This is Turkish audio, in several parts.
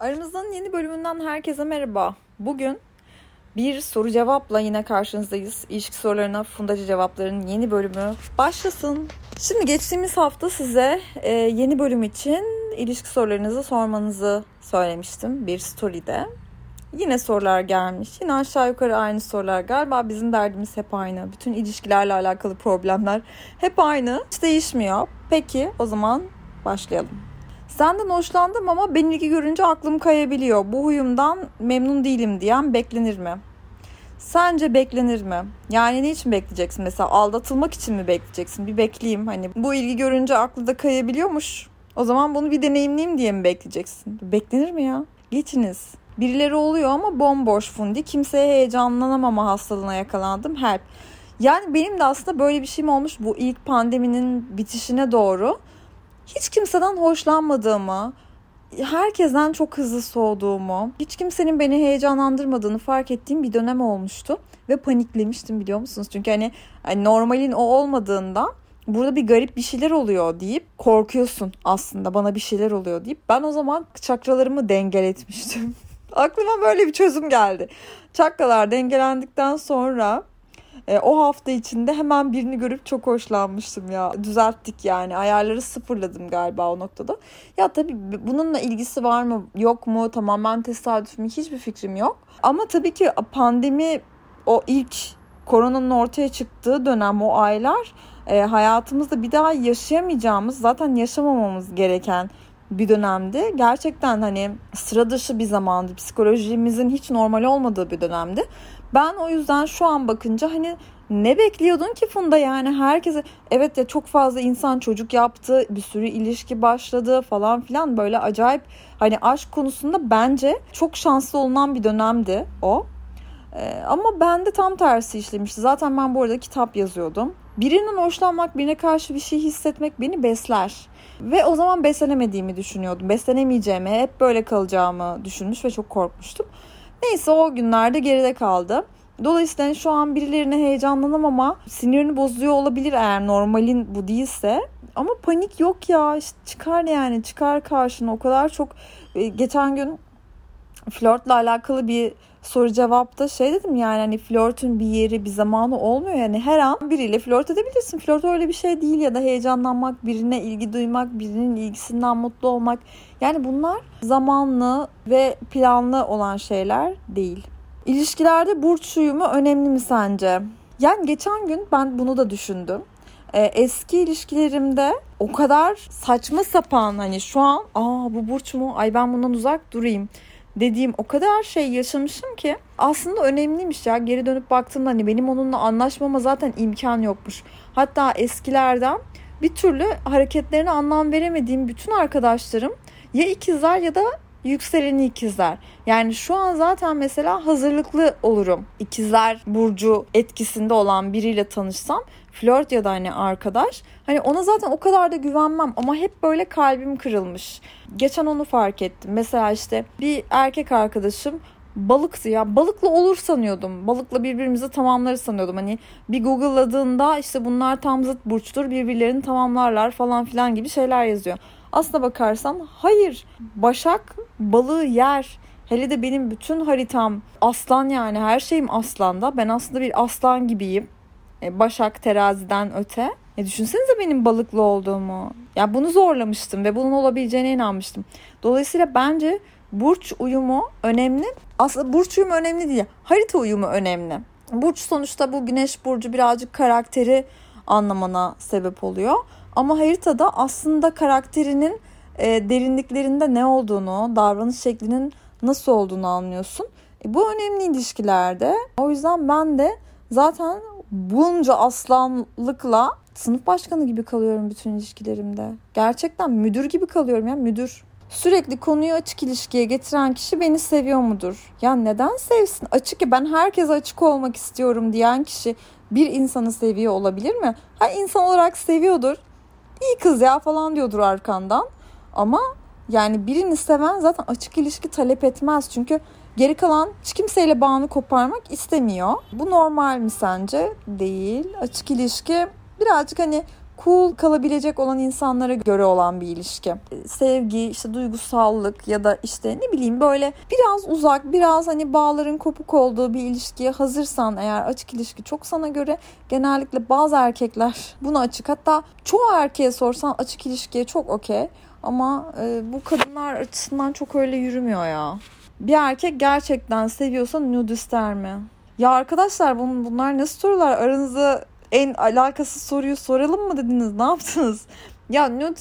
Aramızdan yeni bölümünden herkese merhaba. Bugün bir soru cevapla yine karşınızdayız. İlişki sorularına Fundacı Cevaplar'ın yeni bölümü başlasın. Şimdi geçtiğimiz hafta size yeni bölüm için ilişki sorularınızı sormanızı söylemiştim bir story'de. Yine sorular gelmiş. Yine aşağı yukarı aynı sorular. Galiba bizim derdimiz hep aynı. Bütün ilişkilerle alakalı problemler hep aynı. Hiç değişmiyor. Peki o zaman başlayalım. Senden hoşlandım ama beni ilgi görünce aklım kayabiliyor. Bu huyumdan memnun değilim diyen beklenir mi? Sence beklenir mi? Yani ne için bekleyeceksin? Mesela aldatılmak için mi bekleyeceksin? Bir bekleyeyim. Hani bu ilgi görünce aklı da kayabiliyormuş. O zaman bunu bir deneyimleyeyim diye mi bekleyeceksin? Beklenir mi ya? Geçiniz. Birileri oluyor ama bomboş Fundi. Kimseye heyecanlanamama hastalığına yakalandım. Help. Yani benim de aslında böyle bir şeyim olmuş bu ilk pandeminin bitişine doğru. Hiç kimseden hoşlanmadığımı, herkesten çok hızlı soğuduğumu, hiç kimsenin beni heyecanlandırmadığını fark ettiğim bir dönem olmuştu. Ve paniklemiştim biliyor musunuz? Çünkü hani normalin o olmadığında burada bir garip bir şeyler oluyor deyip korkuyorsun aslında bana bir şeyler oluyor deyip. Ben o zaman çakralarımı dengeletmiştim. Aklıma böyle bir çözüm geldi. Çakralar dengelendikten sonra o hafta içinde hemen birini görüp çok hoşlanmıştım ya. Düzelttik yani. Ayarları sıfırladım galiba o noktada. Ya tabii bununla ilgisi var mı yok mu tamamen tesadüf mü hiçbir fikrim yok. Ama tabii ki pandemi o ilk koronanın ortaya çıktığı dönem o aylar hayatımızda bir daha yaşayamayacağımız zaten yaşamamamız gereken bir dönemdi. Gerçekten hani sıra dışı bir zamandı. Psikolojimizin hiç normal olmadığı bir dönemdi. Ben o yüzden şu an bakınca hani ne bekliyordun ki Funda yani herkese evet ya çok fazla insan çocuk yaptı, bir sürü ilişki başladı falan filan böyle acayip hani aşk konusunda bence çok şanslı olunan bir dönemdi o. Ama bende tam tersi işlemişti. Zaten ben bu arada kitap yazıyordum. Birinden hoşlanmak, birine karşı bir şey hissetmek beni besler. Ve o zaman beslenemediğimi düşünüyordum. Beslenemeyeceğimi, hep böyle kalacağımı düşünmüş ve çok korkmuştum. Neyse o günlerde geride kaldı. Dolayısıyla şu an birilerine heyecanlanamama sinirini bozuyor olabilir eğer normalin bu değilse. Ama panik yok ya. İşte çıkar yani çıkar karşına. O kadar çok geçen gün flörtle alakalı bir soru cevapta dedim yani hani flörtün bir yeri bir zamanı olmuyor yani her an biriyle flört edebilirsin. Flört öyle bir şey değil ya da heyecanlanmak, birine ilgi duymak, birinin ilgisinden mutlu olmak. Yani bunlar zamanlı ve planlı olan şeyler değil. İlişkilerde burç uyumu önemli mi sence? Yani geçen gün ben bunu da düşündüm. Eski ilişkilerimde o kadar saçma sapan hani şu an bu burç mu? Ay ben bundan uzak durayım dediğim o kadar şey yaşamışım ki aslında önemliymiş ya. Geri dönüp baktığımda hani benim onunla anlaşmama zaten imkan yokmuş. Hatta eskilerden bir türlü hareketlerine anlam veremediğim bütün arkadaşlarım ya ikizler ya da yükseleni ikizler. Yani şu an zaten mesela hazırlıklı olurum. İkizler burcu etkisinde olan biriyle tanışsam flört ya da hani arkadaş hani ona zaten o kadar da güvenmem ama hep böyle kalbim kırılmış. Geçen onu fark ettim. Mesela işte bir erkek arkadaşım balıktı ya. Balıkla olur sanıyordum. Balıkla birbirimizi tamamlarız sanıyordum. Hani bir Google'ladığında işte bunlar tam zıt burçtur. Birbirlerini tamamlarlar falan filan gibi şeyler yazıyor. Aslına bakarsan hayır. Başak balığı yer. Hele de benim bütün haritam aslan yani her şeyim aslanda. Ben aslında bir aslan gibiyim. Başak teraziden öte. Düşünsenize benim balıklı olduğumu. Ya bunu zorlamıştım ve bunun olabileceğine inanmıştım. Dolayısıyla bence burç uyumu önemli. Aslında burç uyumu önemli değil. Harita uyumu önemli. Burç sonuçta bu güneş burcu birazcık karakteri anlamana sebep oluyor. Ama haritada aslında karakterinin derinliklerinde ne olduğunu, davranış şeklinin nasıl olduğunu anlıyorsun. Bu önemli ilişkilerde. O yüzden ben de zaten bunca aslanlıkla sınıf başkanı gibi kalıyorum bütün ilişkilerimde. Gerçekten müdür gibi kalıyorum ya müdür. Sürekli konuyu açık ilişkiye getiren kişi beni seviyor mudur? Ya neden sevsin? Açık ya ben herkese açık olmak istiyorum diyen kişi bir insanı seviyor olabilir mi? Ha insan olarak seviyordur. İyi kız ya falan diyordur arkandan. Ama yani birini seven zaten açık ilişki talep etmez. Çünkü geri kalan hiç kimseyle bağını koparmak istemiyor. Bu normal mi sence? Değil. Açık ilişki birazcık hani cool kalabilecek olan insanlara göre olan bir ilişki. Sevgi, işte duygusallık ya da işte ne bileyim böyle biraz uzak, biraz hani bağların kopuk olduğu bir ilişkiye hazırsan eğer, açık ilişki çok sana göre. Genellikle bazı erkekler buna açık. Hatta çoğu erkeğe sorsan açık ilişkiye çok okey. Ama bu kadınlar açısından çok öyle yürümüyor ya. Bir erkek gerçekten seviyorsa nude ister mi? Ya arkadaşlar bunlar nasıl sorular? Aranızda en alakasız soruyu soralım mı dediniz? Ne yaptınız? Ya nude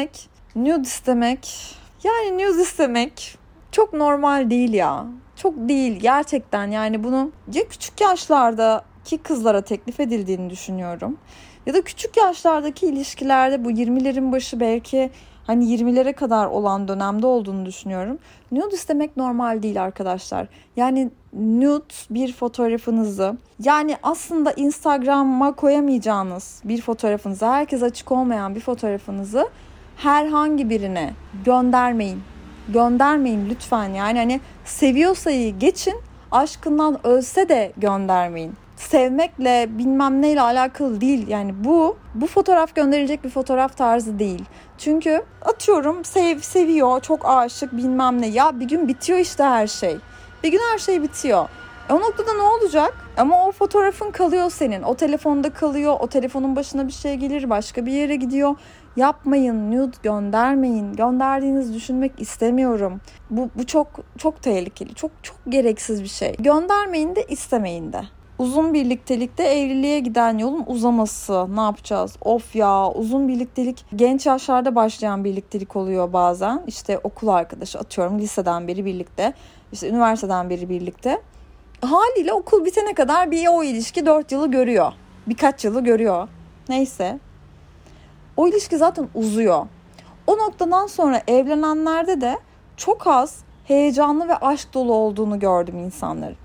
istemek yani nude istemek çok normal değil ya. Çok değil gerçekten, yani bunu ya küçük yaşlardaki kızlara teklif edildiğini düşünüyorum. Ya da küçük yaşlardaki ilişkilerde bu 20'lerin başı belki hani 20'lere kadar olan dönemde olduğunu düşünüyorum. Nude istemek normal değil arkadaşlar. Yani nude bir fotoğrafınızı, yani aslında Instagram'a koyamayacağınız bir fotoğrafınızı, herkes açık olmayan bir fotoğrafınızı herhangi birine göndermeyin. Göndermeyin lütfen, yani hani seviyorsayı geçin, aşkından ölse de göndermeyin. Sevmekle bilmem neyle alakalı değil. Yani bu fotoğraf gönderilecek bir fotoğraf tarzı değil. Çünkü atıyorum seviyor, çok aşık bilmem ne. Ya bir gün bitiyor işte her şey. Bir gün her şey bitiyor. O noktada ne olacak? Ama o fotoğrafın kalıyor senin. O telefonda kalıyor. O telefonun başına bir şey gelir, başka bir yere gidiyor. Yapmayın, nude göndermeyin. Gönderdiğinizi düşünmek istemiyorum. Bu çok çok tehlikeli. Çok çok gereksiz bir şey. Göndermeyin de istemeyin de. Uzun birliktelikte evliliğe giden yolun uzaması. Ne yapacağız? Of ya, uzun birliktelik genç yaşlarda başlayan birliktelik oluyor bazen. İşte okul arkadaşı, atıyorum liseden beri birlikte. İşte üniversiteden beri birlikte. Haliyle okul bitene kadar o ilişki 4 yılı görüyor. Birkaç yılı görüyor. Neyse. O ilişki zaten uzuyor. O noktadan sonra evlenenlerde de çok az heyecanlı ve aşk dolu olduğunu gördüm insanların.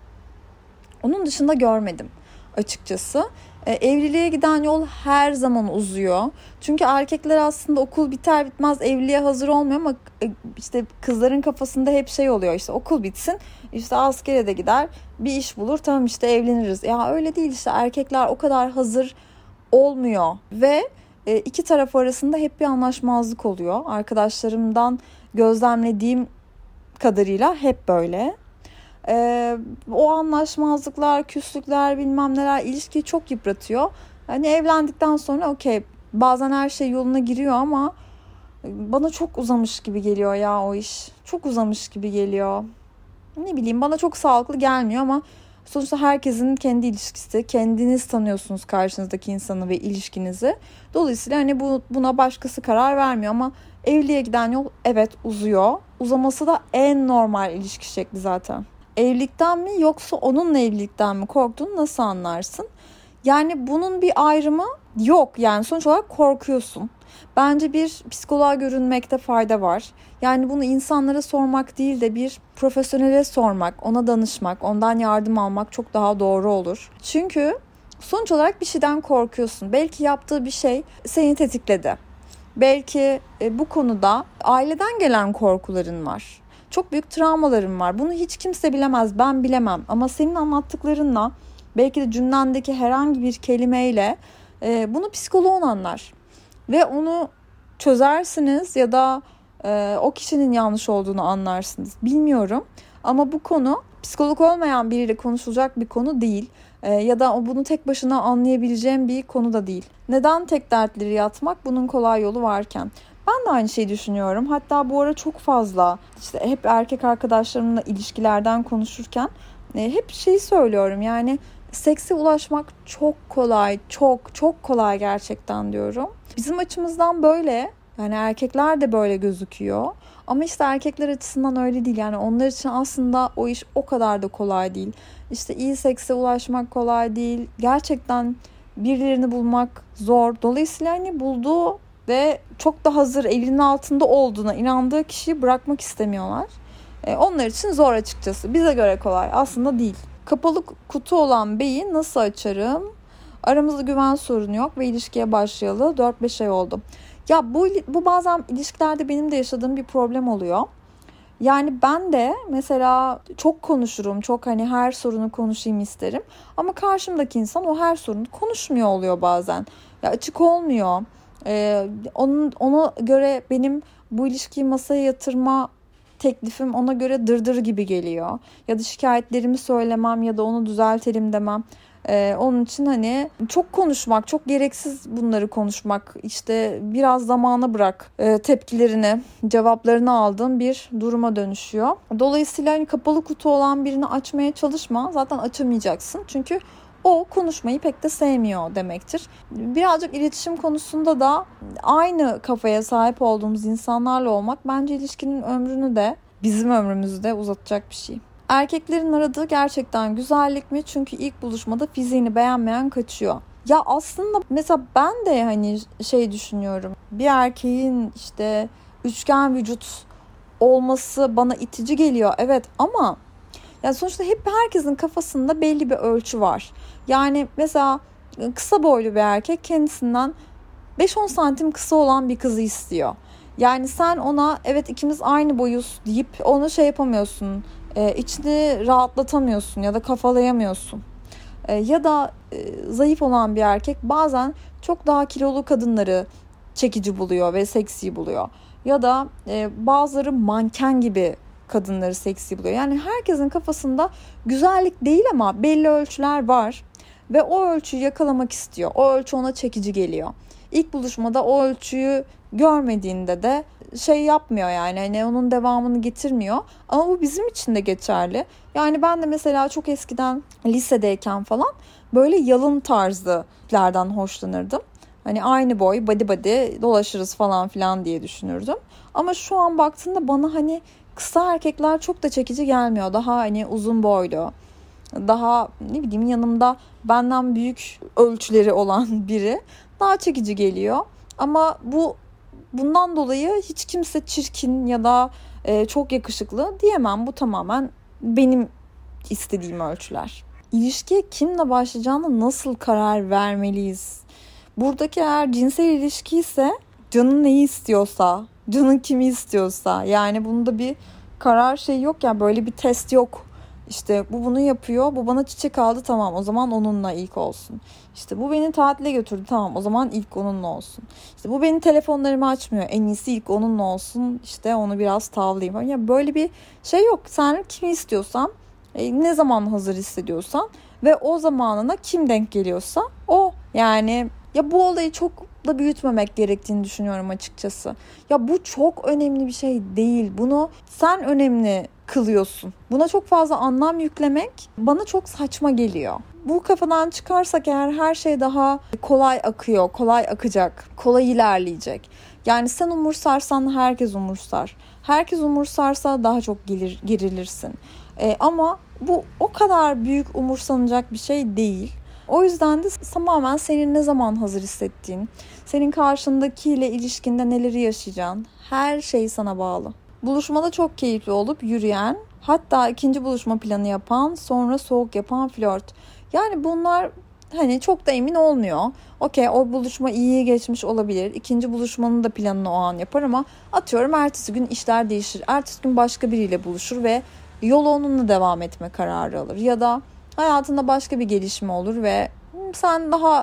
Onun dışında görmedim açıkçası. Evliliğe giden yol her zaman uzuyor. Çünkü erkekler aslında okul biter bitmez evliliğe hazır olmuyor ama işte kızların kafasında hep şey oluyor, işte okul bitsin, işte askere de gider, bir iş bulur, tamam işte evleniriz. Ya öyle değil, işte erkekler o kadar hazır olmuyor ve iki taraf arasında hep bir anlaşmazlık oluyor. Arkadaşlarımdan gözlemlediğim kadarıyla hep böyle. O anlaşmazlıklar, küslükler, bilmem neler ilişkiyi çok yıpratıyor. Hani evlendikten sonra okey, bazen her şey yoluna giriyor ama bana çok uzamış gibi geliyor ya o iş. Çok uzamış gibi geliyor. Ne bileyim, bana çok sağlıklı gelmiyor ama sonuçta herkesin kendi ilişkisi. Kendiniz tanıyorsunuz karşınızdaki insanı ve ilişkinizi. Dolayısıyla hani buna başkası karar vermiyor ama evliliğe giden yol evet uzuyor. Uzaması da en normal ilişki şekli zaten. Evlilikten mi yoksa onunla evlilikten mi korktuğunu nasıl anlarsın? Yani bunun bir ayrımı yok. Yani sonuç olarak korkuyorsun. Bence bir psikoloğa görünmekte fayda var. Yani bunu insanlara sormak değil de bir profesyonele sormak, ona danışmak, ondan yardım almak çok daha doğru olur. Çünkü sonuç olarak bir şeyden korkuyorsun. Belki yaptığı bir şey seni tetikledi. Belki bu konuda aileden gelen korkuların var. Çok büyük travmalarım var. Bunu hiç kimse bilemez, ben bilemem. Ama senin anlattıklarınla, belki de cümlendeki herhangi bir kelimeyle bunu psikoloğun anlar. Ve onu çözersiniz ya da o kişinin yanlış olduğunu anlarsınız. Bilmiyorum. Ama bu konu psikolog olmayan biriyle konuşulacak bir konu değil. Ya da bunu tek başına anlayabileceğim bir konu da değil. Neden tek dertleri yatmak? Bunun kolay yolu varken. Ben de aynı şeyi düşünüyorum. Hatta bu ara çok fazla işte hep erkek arkadaşlarımla ilişkilerden konuşurken hep şeyi söylüyorum. Yani sekse ulaşmak çok kolay, çok çok kolay gerçekten diyorum. Bizim açımızdan böyle, yani erkekler de böyle gözüküyor. Ama işte erkekler açısından öyle değil. Yani onlar için aslında o iş o kadar da kolay değil. İşte iyi sekse ulaşmak kolay değil. Gerçekten birilerini bulmak zor. Dolayısıyla hani bulduğu ve çok da hazır elinin altında olduğuna inandığı kişiyi bırakmak istemiyorlar. Onlar için zor açıkçası. Bize göre kolay aslında değil. Kapalı kutu olan beyi nasıl açarım? Aramızda güven sorunu yok ve ilişkiye başlayalı 4-5 ay oldu. Ya bu bazen ilişkilerde benim de yaşadığım bir problem oluyor. Yani ben de mesela çok konuşurum, çok hani her sorunu konuşayım isterim. Ama karşımdaki insan o her sorunu konuşmuyor oluyor bazen. Ya açık olmuyor. Ona göre benim bu ilişkiyi masaya yatırma teklifim ona göre dırdır gibi geliyor. Ya da şikayetlerimi söylemem ya da onu düzeltelim demem. Onun için hani çok konuşmak, çok gereksiz bunları konuşmak, işte biraz zamana bırak tepkilerini, cevaplarını aldığım bir duruma dönüşüyor. Dolayısıyla hani kapalı kutu olan birini açmaya çalışma. Zaten açamayacaksın. Çünkü o konuşmayı pek de sevmiyor demektir. Birazcık iletişim konusunda da aynı kafaya sahip olduğumuz insanlarla olmak bence ilişkinin ömrünü de bizim ömrümüzü de uzatacak bir şey. Erkeklerin aradığı gerçekten güzellik mi? Çünkü ilk buluşmada fiziğini beğenmeyen kaçıyor. Ya aslında mesela ben de hani düşünüyorum. Bir erkeğin işte üçgen vücut olması bana itici geliyor. Evet ama yani sonuçta herkesin kafasında belli bir ölçü var. Yani mesela kısa boylu bir erkek kendisinden 5-10 santim kısa olan bir kızı istiyor. Yani sen ona evet ikimiz aynı boyuz deyip onu yapamıyorsun. İçini rahatlatamıyorsun ya da kafalayamıyorsun. Ya da zayıf olan bir erkek bazen çok daha kilolu kadınları çekici buluyor ve seksi buluyor. Ya da bazıları manken gibi kadınları seksi buluyor. Yani herkesin kafasında güzellik değil ama belli ölçüler var. Ve o ölçüyü yakalamak istiyor. O ölçü ona çekici geliyor. İlk buluşmada o ölçüyü görmediğinde de yapmıyor yani. Hani onun devamını getirmiyor. Ama bu bizim için de geçerli. Yani ben de mesela çok eskiden lisedeyken falan böyle yalın tarzlılardan hoşlanırdım. Hani aynı boy, body body dolaşırız falan filan diye düşünürdüm. Ama şu an baktığımda bana hani kısa erkekler çok da çekici gelmiyor. Daha hani uzun boylu, daha ne bileyim yanımda benden büyük ölçüleri olan biri daha çekici geliyor. Ama bundan dolayı hiç kimse çirkin ya da çok yakışıklı diyemem. Bu tamamen benim istediğim ölçüler. İlişkiye kimle başlayacağına nasıl karar vermeliyiz? Buradaki eğer cinsel ilişki ise canın neyi istiyorsa, canın kimi istiyorsa, yani bunda bir karar yok ya, böyle bir test yok. İşte bu bunu yapıyor, bu bana çiçek aldı, tamam o zaman onunla ilk olsun. İşte bu beni tatile götürdü, tamam o zaman ilk onunla olsun. İşte bu benim telefonlarımı açmıyor, en iyisi ilk onunla olsun, işte onu biraz tavlayayım. Ya böyle bir yok. Sen kimi istiyorsan, ne zaman hazır hissediyorsan ve o zamanına kim denk geliyorsa o. Yani ya bu olayı çok da büyütmemek gerektiğini düşünüyorum açıkçası. Ya bu çok önemli bir şey değil. Bunu sen önemli kılıyorsun. Buna çok fazla anlam yüklemek bana çok saçma geliyor. Bu kafadan çıkarsak eğer her şey daha kolay akıyor, kolay akacak, kolay ilerleyecek. Yani sen umursarsan herkes umursar. Herkes umursarsa daha çok gerilirsin. Ama bu o kadar büyük umursanacak bir şey değil. O yüzden de tamamen senin ne zaman hazır hissettiğin, senin karşındakiyle ilişkinde neleri yaşayacağın, her şey sana bağlı. Buluşmada çok keyifli olup yürüyen, hatta ikinci buluşma planı yapan, sonra soğuk yapan flört. Yani bunlar hani çok da emin olmuyor. Okey, o buluşma iyi geçmiş olabilir. İkinci buluşmanın da planını o an yapar ama atıyorum ertesi gün işler değişir. Ertesi gün başka biriyle buluşur ve yolu onunla devam etme kararı alır. Ya da hayatında başka bir gelişme olur ve sen daha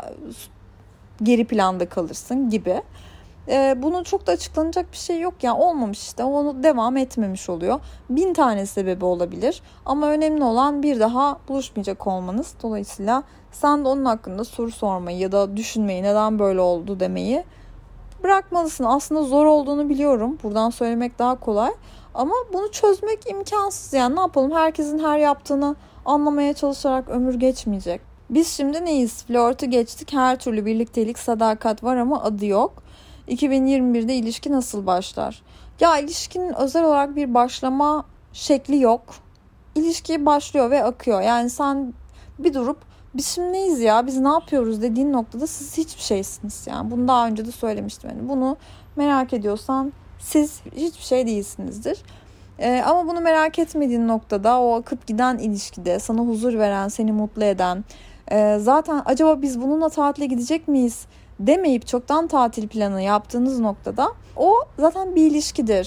geri planda kalırsın gibi. Bunun çok da açıklanacak bir şey yok. Yani olmamış işte. Onu devam etmemiş oluyor. 1000 tane sebebi olabilir. Ama önemli olan bir daha buluşmayacak olmanız. Dolayısıyla sen de onun hakkında soru sormayı ya da düşünmeyi, neden böyle oldu demeyi bırakmalısın. Aslında zor olduğunu biliyorum. Buradan söylemek daha kolay. Ama bunu çözmek imkansız. Yani ne yapalım? Herkesin her yaptığını anlamaya çalışarak ömür geçmeyecek. Biz şimdi neyiz? Flörtü geçtik. Her türlü birliktelik, sadakat var ama adı yok. 2021'de ilişki nasıl başlar? Ya ilişkinin özel olarak bir başlama şekli yok. İlişki başlıyor ve akıyor. Yani sen bir durup biz şimdi neyiz ya, biz ne yapıyoruz dediğin noktada siz hiçbir şeysiniz. Yani bunu daha önce de söylemiştim. Yani bunu merak ediyorsan siz hiçbir şey değilsinizdir. Ama bunu merak etmediğin noktada o akıp giden ilişkide sana huzur veren, seni mutlu eden, zaten acaba biz bununla tatile gidecek miyiz demeyip çoktan tatil planı yaptığınız noktada o zaten bir ilişkidir.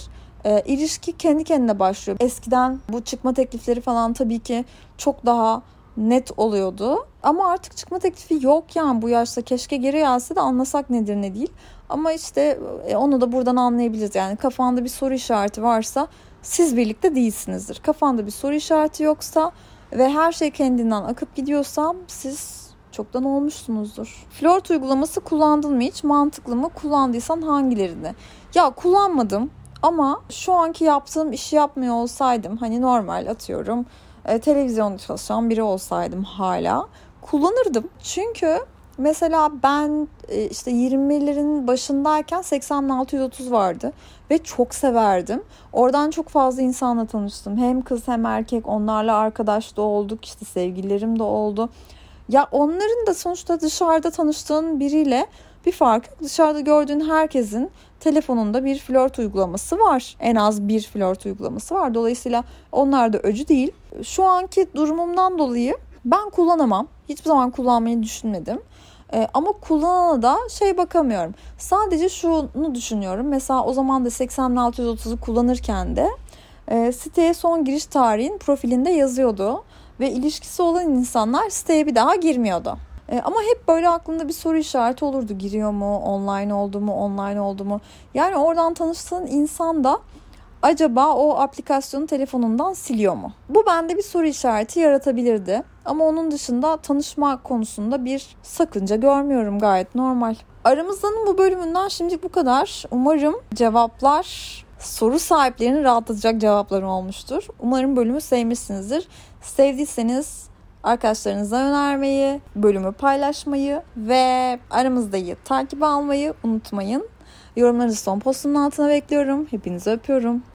İlişki kendi kendine başlıyor. Eskiden bu çıkma teklifleri falan tabii ki çok daha net oluyordu. Ama artık çıkma teklifi yok yani bu yaşta. Keşke geri gelse de anlasak nedir ne değil. Ama işte onu da buradan anlayabiliriz. Yani kafanda bir soru işareti varsa siz birlikte değilsinizdir. Kafanda bir soru işareti yoksa ve her şey kendinden akıp gidiyorsa siz çoktan olmuşsunuzdur. Flört uygulaması kullandın mı hiç? Mantıklı mı? Kullandıysan hangilerini? Ya kullanmadım ama şu anki yaptığım işi yapmıyor olsaydım, hani normal atıyorum televizyonda çalışan biri olsaydım hala kullanırdım. Çünkü mesela ben işte 20'lerin başındayken 80-630 vardı ve çok severdim. Oradan çok fazla insanla tanıştım. Hem kız hem erkek, onlarla arkadaş da olduk, işte sevgililerim de oldu. Ya onların da sonuçta dışarıda tanıştığın biriyle bir fark yok. Dışarıda gördüğün herkesin telefonunda bir flört uygulaması var. En az bir flört uygulaması var. Dolayısıyla onlar da öcü değil. Şu anki durumumdan dolayı ben kullanamam. Hiçbir zaman kullanmayı düşünmedim. Ama kullanana da bakamıyorum. Sadece şunu düşünüyorum. Mesela o zaman da 80-630'u kullanırken de siteye son giriş tarihin profilinde yazıyordu. Ve ilişkisi olan insanlar siteye bir daha girmiyordu. Ama hep böyle aklımda bir soru işareti olurdu. Giriyor mu? Online oldu mu? Online oldu mu? Yani oradan tanıştığın insan da acaba o aplikasyonu telefonundan siliyor mu? Bu bende bir soru işareti yaratabilirdi. Ama onun dışında tanışma konusunda bir sakınca görmüyorum. Gayet normal. Aramızdanın bu bölümünden şimdilik bu kadar. Umarım cevaplar soru sahiplerini rahatlatacak cevaplar olmuştur. Umarım bölümü sevmişsinizdir. Sevdiyseniz arkadaşlarınıza önermeyi, bölümü paylaşmayı ve aramızdayı takip almayı unutmayın. Yorumlarınızı son postumun altına bekliyorum. Hepinizi öpüyorum.